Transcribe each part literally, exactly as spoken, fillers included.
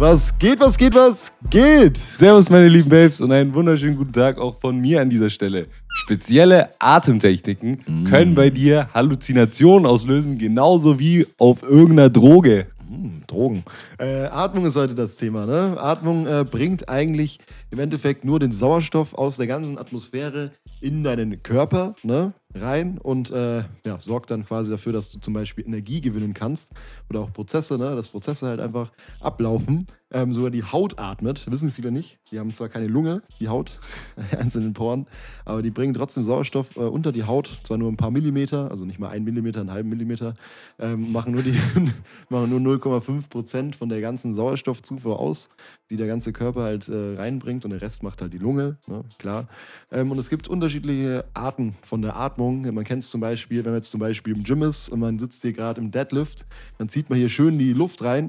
Was geht, was geht, was geht? Servus meine lieben Babes und einen wunderschönen guten Tag auch von mir an dieser Stelle. Spezielle Atemtechniken mm. können bei dir Halluzinationen auslösen, genauso wie auf irgendeiner Droge. Mm, Drogen. Äh, Atmung ist heute das Thema, ne? Atmung äh, bringt eigentlich im Endeffekt nur den Sauerstoff aus der ganzen Atmosphäre in deinen Körper, ne, rein und äh, ja, sorgt dann quasi dafür, dass du zum Beispiel Energie gewinnen kannst oder auch Prozesse, ne, dass Prozesse halt einfach ablaufen. Ähm, sogar die Haut atmet, wissen viele nicht. Die haben zwar keine Lunge, die Haut, einzelnen Poren, aber die bringen trotzdem Sauerstoff äh, unter die Haut, zwar nur ein paar Millimeter, also nicht mal ein Millimeter, einen halben Millimeter, ähm, machen nur, die, machen nur null Komma fünf Prozent von der ganzen Sauerstoffzufuhr aus, die der ganze Körper halt äh, reinbringt und der Rest macht halt die Lunge, ne, klar. Ähm, und es gibt unterschiedliche Arten von der Atmung. Man kennt es zum Beispiel, wenn man jetzt zum Beispiel im Gym ist und man sitzt hier gerade im Deadlift, dann zieht man hier schön die Luft rein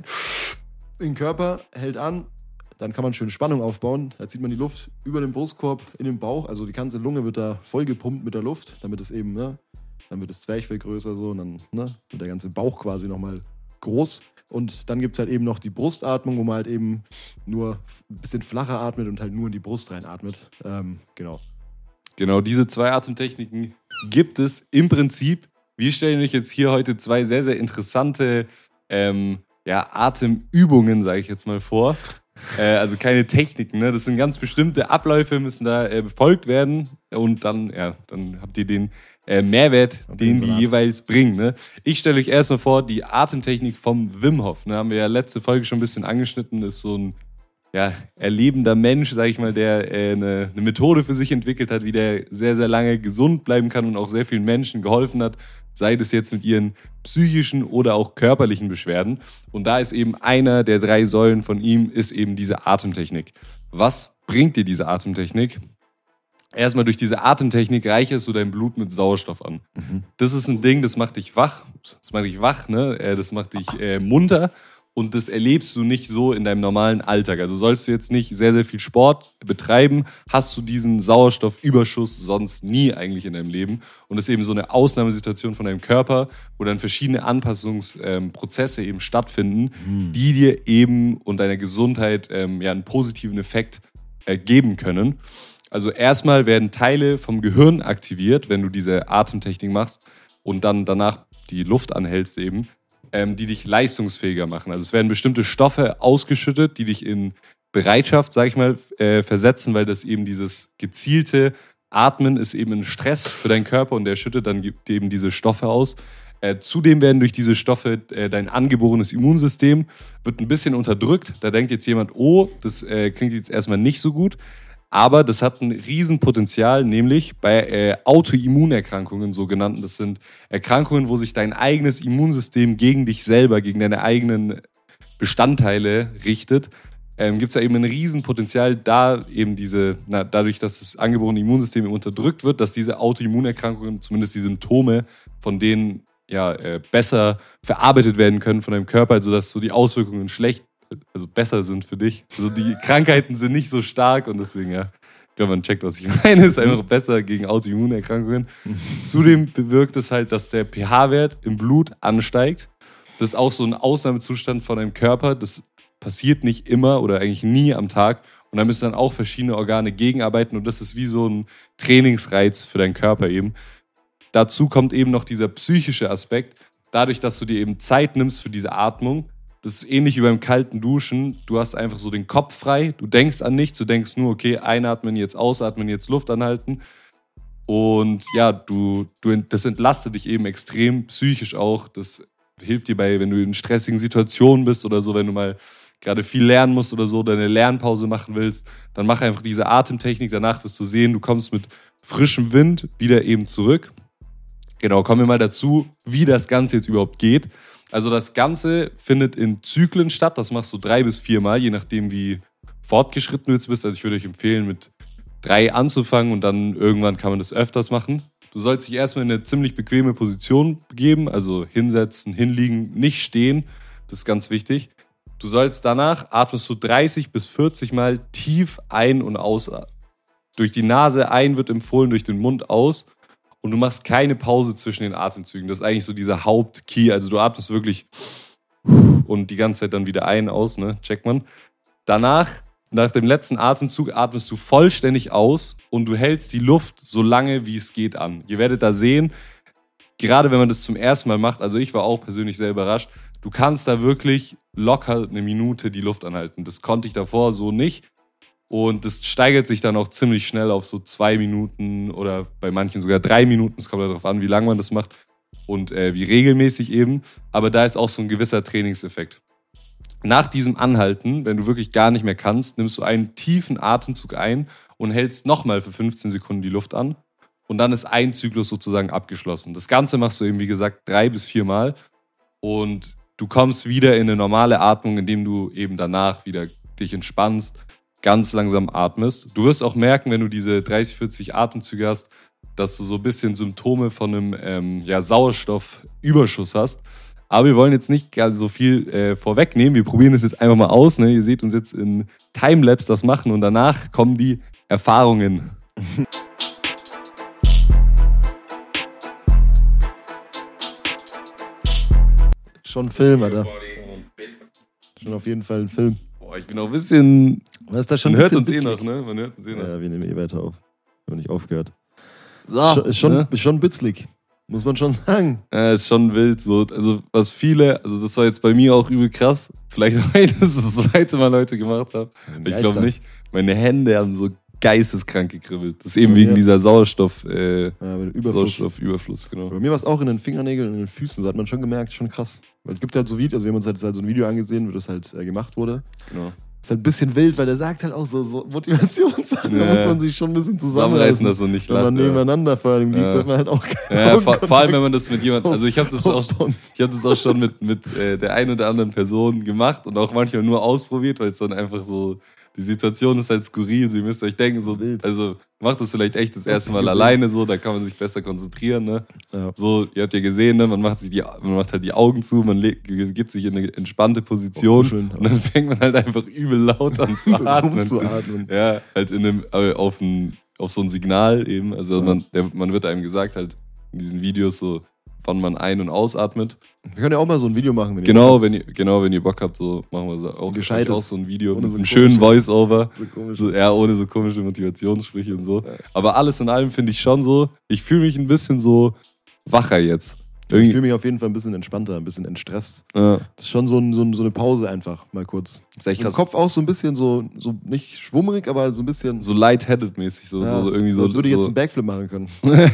in den Körper, hält an, dann kann man schön Spannung aufbauen. Da zieht man die Luft über den Brustkorb in den Bauch, also die ganze Lunge wird da voll gepumpt mit der Luft, damit es eben, ne, dann wird das Zwerchfell größer so und dann ne, wird der ganze Bauch quasi nochmal groß. Und dann gibt es halt eben noch die Brustatmung, wo man halt eben nur ein bisschen flacher atmet und halt nur in die Brust reinatmet. Ähm, genau. Genau, diese zwei Atemtechniken gibt es im Prinzip. Wir stellen euch jetzt hier heute zwei sehr, sehr interessante ähm, ja, Atemübungen, sage ich jetzt mal, vor. Äh, also keine Techniken, ne? Das sind ganz bestimmte Abläufe, müssen da äh, befolgt werden. Und dann, ja, dann habt ihr den äh, Mehrwert, den die jeweils bringen. Ne? Ich stelle euch erstmal vor, die Atemtechnik vom Wim Hof. Ne? Haben wir ja letzte Folge schon ein bisschen angeschnitten. Das ist so ein ja, erlebender Mensch, sage ich mal, der äh, eine, eine Methode für sich entwickelt hat, wie der sehr, sehr lange gesund bleiben kann und auch sehr vielen Menschen geholfen hat, sei das jetzt mit ihren psychischen oder auch körperlichen Beschwerden. Und da ist eben einer der drei Säulen von ihm, ist eben diese Atemtechnik. Was bringt dir diese Atemtechnik? Erstmal durch diese Atemtechnik reicherst du dein Blut mit Sauerstoff an. Mhm. Das ist ein Ding, das macht dich wach, das macht dich wach, ne? Das macht dich äh, munter. Und das erlebst du nicht so in deinem normalen Alltag. Also sollst du jetzt nicht sehr, sehr viel Sport betreiben, hast du diesen Sauerstoffüberschuss sonst nie eigentlich in deinem Leben. Und das ist eben so eine Ausnahmesituation von deinem Körper, wo dann verschiedene Anpassungsprozesse eben stattfinden, mhm. die dir eben und deiner Gesundheit ähm, ja einen positiven Effekt äh, geben können. Also erstmal werden Teile vom Gehirn aktiviert, wenn du diese Atemtechnik machst und dann danach die Luft anhältst eben, die dich leistungsfähiger machen. Also es werden bestimmte Stoffe ausgeschüttet, die dich in Bereitschaft, sag ich mal, äh, versetzen, weil das eben dieses gezielte Atmen ist eben ein Stress für deinen Körper und der schüttet dann eben diese Stoffe aus. Äh, zudem werden durch diese Stoffe äh, dein angeborenes Immunsystem wird ein bisschen unterdrückt. Da denkt jetzt jemand, oh, das äh, klingt jetzt erstmal nicht so gut. Aber das hat ein Riesenpotenzial, nämlich bei äh, Autoimmunerkrankungen sogenannten. Das sind Erkrankungen, wo sich dein eigenes Immunsystem gegen dich selber, gegen deine eigenen Bestandteile richtet. Ähm, gibt es da eben ein Riesenpotenzial, da eben diese, na, dadurch, dass das angeborene Immunsystem unterdrückt wird, dass diese Autoimmunerkrankungen, zumindest die Symptome, von denen ja, äh, besser verarbeitet werden können von deinem Körper, also dass so die Auswirkungen schlecht also besser sind für dich. Also die Krankheiten sind nicht so stark und deswegen, ja, ich glaube, man checkt, was ich meine, ist einfach besser gegen Autoimmunerkrankungen. Zudem bewirkt es halt, dass der pH-Wert im Blut ansteigt. Das ist auch so ein Ausnahmezustand von deinem Körper. Das passiert nicht immer oder eigentlich nie am Tag. Und da müssen dann auch verschiedene Organe gegenarbeiten und das ist wie so ein Trainingsreiz für deinen Körper eben. Dazu kommt eben noch dieser psychische Aspekt. Dadurch, dass du dir eben Zeit nimmst für diese Atmung, das ist ähnlich wie beim kalten Duschen. Du hast einfach so den Kopf frei. Du denkst an nichts. Du denkst nur, okay, einatmen, jetzt ausatmen, jetzt Luft anhalten. Und ja, du, du, das entlastet dich eben extrem psychisch auch. Das hilft dir bei, wenn du in stressigen Situationen bist oder so, wenn du mal gerade viel lernen musst oder so, deine Lernpause machen willst, dann mach einfach diese Atemtechnik. Danach wirst du sehen, du kommst mit frischem Wind wieder eben zurück. Genau, kommen wir mal dazu, wie das Ganze jetzt überhaupt geht. Also das Ganze findet in Zyklen statt. Das machst du drei bis vier Mal, je nachdem wie fortgeschritten du jetzt bist. Also ich würde euch empfehlen, mit drei anzufangen und dann irgendwann kann man das öfters machen. Du sollst dich erstmal in eine ziemlich bequeme Position begeben, also hinsetzen, hinliegen, nicht stehen. Das ist ganz wichtig. Du sollst danach, atmest du dreißig bis vierzig Mal tief ein- und aus. Durch die Nase ein wird empfohlen, durch den Mund aus. Und du machst keine Pause zwischen den Atemzügen. Das ist eigentlich so dieser Hauptkey. Also du atmest wirklich und die ganze Zeit dann wieder ein, aus, ne? Checkt man. Danach, nach dem letzten Atemzug, atmest du vollständig aus und du hältst die Luft so lange, wie es geht, an. Ihr werdet da sehen, gerade wenn man das zum ersten Mal macht, also ich war auch persönlich sehr überrascht, du kannst da wirklich locker eine Minute die Luft anhalten. Das konnte ich davor so nicht. Und das steigert sich dann auch ziemlich schnell auf so zwei Minuten oder bei manchen sogar drei Minuten. Es kommt darauf an, wie lange man das macht und äh, wie regelmäßig eben. Aber da ist auch so ein gewisser Trainingseffekt. Nach diesem Anhalten, wenn du wirklich gar nicht mehr kannst, nimmst du einen tiefen Atemzug ein und hältst nochmal für fünfzehn Sekunden die Luft an. Und dann ist ein Zyklus sozusagen abgeschlossen. Das Ganze machst du eben, wie gesagt, drei bis vier Mal. Und du kommst wieder in eine normale Atmung, indem du eben danach wieder dich entspannst, ganz langsam atmest. Du wirst auch merken, wenn du diese dreißig, vierzig Atemzüge hast, dass du so ein bisschen Symptome von einem ähm, ja, Sauerstoffüberschuss hast. Aber wir wollen jetzt nicht so viel äh, vorwegnehmen. Wir probieren es jetzt einfach mal aus. Ne? Ihr seht uns jetzt in Timelapse das machen und danach kommen die Erfahrungen. Schon ein Film, Alter. Schon auf jeden Fall ein Film. Boah, ich bin auch ein bisschen... Was ist da schon Man hört uns witzig? eh noch, ne? Man hört uns eh noch. Ja, wir nehmen eh weiter auf. Wir haben nicht aufgehört. So, Sch- ist schon, ne? ist schon bitzlig. Muss man schon sagen. Ja, ist schon wild. So. Also, was viele, also das war jetzt bei mir auch übel krass. Vielleicht, weil ich das das zweite Mal Leute gemacht habe. Ich Geister. glaube nicht. Meine Hände haben so geisteskrank gekribbelt. Das ist eben Ja. wegen dieser Sauerstoff, äh, Ja, mit Überfluss. Sauerstoffüberfluss, genau. Bei mir war es auch in den Fingernägeln und in den Füßen. Da hat man schon gemerkt, schon krass. Weil es gibt halt so Videos, also wir haben uns halt, halt so ein Video angesehen, wo das halt äh, gemacht wurde. genau. Ist halt ein bisschen wild, weil der sagt halt auch so, so Motivationssachen. Ja. Da muss man sich schon ein bisschen Zusammenreißen, zusammenreißen. dass man nicht Wenn man lacht. Ja. nebeneinander vor allem liegt, Ja. hat man halt auch Ja, vor, vor allem, wenn man das mit jemandem, also ich habe das auch, aufbauen. ich habe das auch schon mit, mit äh, der einen oder anderen Person gemacht und auch manchmal nur ausprobiert, weil es dann einfach so, die Situation ist halt skurril, so, ihr müsst euch denken, so, Wild. also macht das vielleicht echt das erste Mal gesehen. alleine so, da kann man sich besser konzentrieren, ne? Ja. So, ihr habt ja gesehen, ne? man macht sich die, man macht halt die Augen zu, man leg, gibt sich in eine entspannte Position Auch kuscheln, und dann fängt man halt einfach übel laut an zu So atmen. rumzuatmen. Ja, halt in einem, äh, auf, ein, auf so ein Signal eben. Also Ja. man, der, man wird einem gesagt, halt in diesen Videos so, wann man ein- und ausatmet. Wir können ja auch mal so ein Video machen, wenn ihr Genau, Bock habt. wenn ihr, genau, wenn ihr Bock habt, so machen wir so auch, Gescheites. auch so ein Video Ohne mit so einem komische- schönen Voice-Over. So komisch. So, ja, ohne so komische Motivationssprüche und so. Ja. Aber alles in allem finde ich schon so, ich fühle mich ein bisschen so wacher jetzt. Ich Irgendwie, fühle mich auf jeden Fall ein bisschen entspannter, ein bisschen entstresst. ja, Das ist schon so, ein, so, ein, so eine Pause einfach, mal kurz. ist echt Im krass. Kopf auch so ein bisschen so, so nicht schwummrig, aber so ein bisschen... So light-headed-mäßig, so, ja, so, so irgendwie so. als würde ich so, jetzt einen Backflip machen können.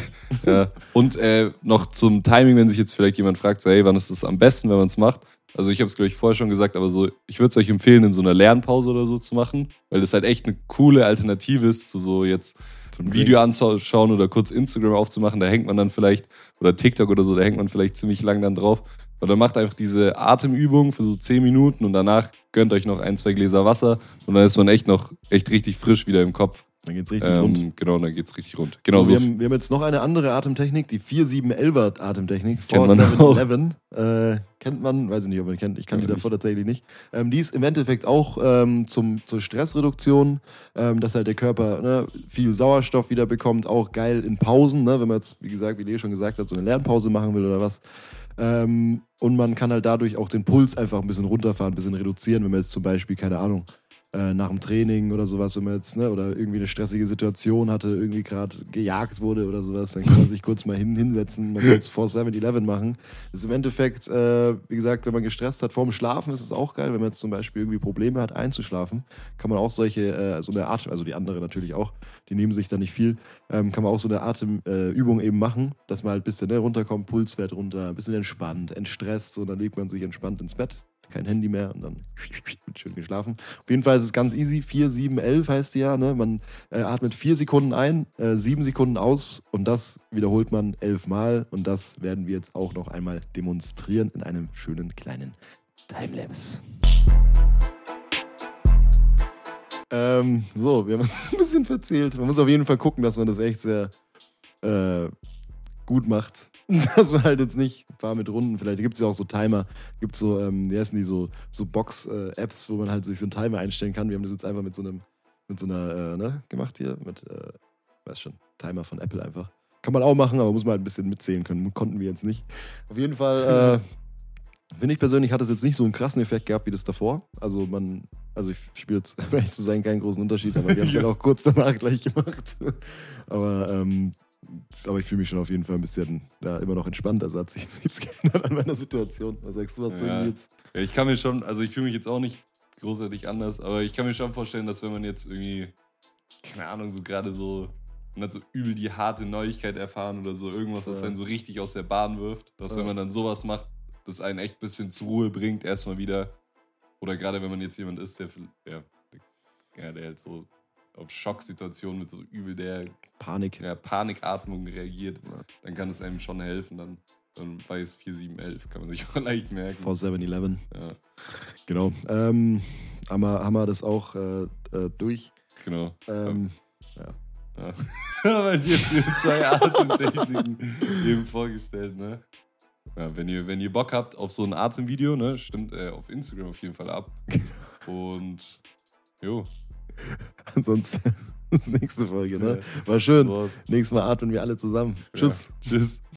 ja. Und äh, noch zum Timing, wenn sich jetzt vielleicht jemand fragt, so, hey, wann ist das am besten, wenn man es macht? Also ich habe es, glaube ich, vorher schon gesagt, aber so, ich würde es euch empfehlen, in so einer Lernpause oder so zu machen, weil das halt echt eine coole Alternative ist zu so jetzt ein Video anzuschauen oder kurz Instagram aufzumachen, da hängt man dann vielleicht, oder TikTok oder so, da hängt man vielleicht ziemlich lang dann drauf. Und dann macht einfach diese Atemübung für so zehn Minuten und danach gönnt euch noch ein, zwei Gläser Wasser und dann ist man echt noch echt richtig frisch wieder im Kopf. Dann geht's richtig rund. Ähm, genau, dann geht's richtig rund. Genau so, so. wir, haben, wir haben jetzt noch eine andere Atemtechnik, die vier sieben elfer Atemtechnik. Kennt man auch. sieben elf. Äh, kennt man, weiß ich nicht, ob man kennt. Ich kann Ja, die davor tatsächlich nicht. Ähm, die ist im Endeffekt auch ähm, zum, zur Stressreduktion, ähm, dass halt der Körper ne, viel Sauerstoff wieder bekommt. Auch geil in Pausen, ne, wenn man jetzt, wie gesagt, wie Leo schon gesagt hat, so eine Lernpause machen will oder was. Ähm, und man kann halt dadurch auch den Puls einfach ein bisschen runterfahren, ein bisschen reduzieren, wenn man jetzt zum Beispiel, keine Ahnung, äh, nach dem Training oder sowas, wenn man jetzt, ne, oder irgendwie eine stressige Situation hatte, irgendwie gerade gejagt wurde oder sowas, dann kann man sich kurz mal hin, hinsetzen, mal kurz vor sieben elf machen. Das ist im Endeffekt, äh, wie gesagt, wenn man gestresst hat vorm Schlafen, ist es auch geil, wenn man jetzt zum Beispiel irgendwie Probleme hat, einzuschlafen, kann man auch solche, äh, so eine Atem, also die andere natürlich auch, die nehmen sich da nicht viel, ähm, kann man auch so eine Atemübung äh, eben machen, dass man halt ein bisschen ne, runterkommt, Pulswert runter, ein bisschen entspannt, entstresst, so dann legt man sich entspannt ins Bett. Kein Handy mehr und dann wird schön geschlafen. Auf jeden Fall ist es ganz easy. vier sieben elf heißt die ja. Ne? Man äh, atmet vier Sekunden ein, äh, sieben Sekunden aus und das wiederholt man elf Mal. Und das werden wir jetzt auch noch einmal demonstrieren in einem schönen kleinen Timelapse. Ähm, so, wir haben uns ein bisschen verzählt. Man muss auf jeden Fall gucken, dass man das echt sehr äh, gut macht. Dass man halt jetzt nicht ein paar mit Runden, vielleicht gibt es ja auch so Timer, gibt es so, ähm, wie heißen die, so, so Box-Apps, wo man halt sich so einen Timer einstellen kann. Wir haben das jetzt einfach mit so einem, mit so einer, äh, ne, gemacht hier, mit, äh, weiß schon, Timer von Apple einfach. Kann man auch machen, aber muss man halt ein bisschen mitzählen können. Konnten wir jetzt nicht. Auf jeden Fall, äh, Finde ich persönlich, hat es jetzt nicht so einen krassen Effekt gehabt wie das davor. Also man, also ich spiele jetzt, um ehrlich zu sein, keinen großen Unterschied, aber wir haben es ja. dann auch kurz danach gleich gemacht. aber, ähm, aber ich fühle mich schon auf jeden Fall ein bisschen ja, immer noch entspannt. Also hat sich nichts geändert an meiner Situation. Was sagst du, was ja. du jetzt? Ja, ich kann mir schon, also ich fühle mich jetzt auch nicht großartig anders, aber ich kann mir schon vorstellen, dass wenn man jetzt irgendwie, keine Ahnung, so gerade so, man hat so übel die harte Neuigkeit erfahren oder so, irgendwas, was ja. einen so richtig aus der Bahn wirft, dass ja. wenn man dann sowas macht, das einen echt ein bisschen zur Ruhe bringt, erstmal wieder. Oder gerade wenn man jetzt jemand ist, der, ja, ja, der halt so auf Schocksituationen mit so übel der Panik. Ja, Panikatmung reagiert, ja. dann kann es einem schon helfen. Dann, dann weiß vier sieben elf, kann man sich auch leicht merken. vier sieben elf. Ja. Genau. Ähm, haben, wir, haben wir das auch äh, äh, durch? Genau. Ähm, ja. ja. Aber die jetzt hier zwei Atemtechniken eben vorgestellt, ne? Ja, wenn ihr, wenn ihr Bock habt auf so ein Atemvideo, ne, stimmt äh, auf Instagram auf jeden Fall ab. Und jo. Ansonsten das nächste Folge, ne? War schön. Nächstes Mal atmen wir alle zusammen. Tschüss. Ja. Tschüss.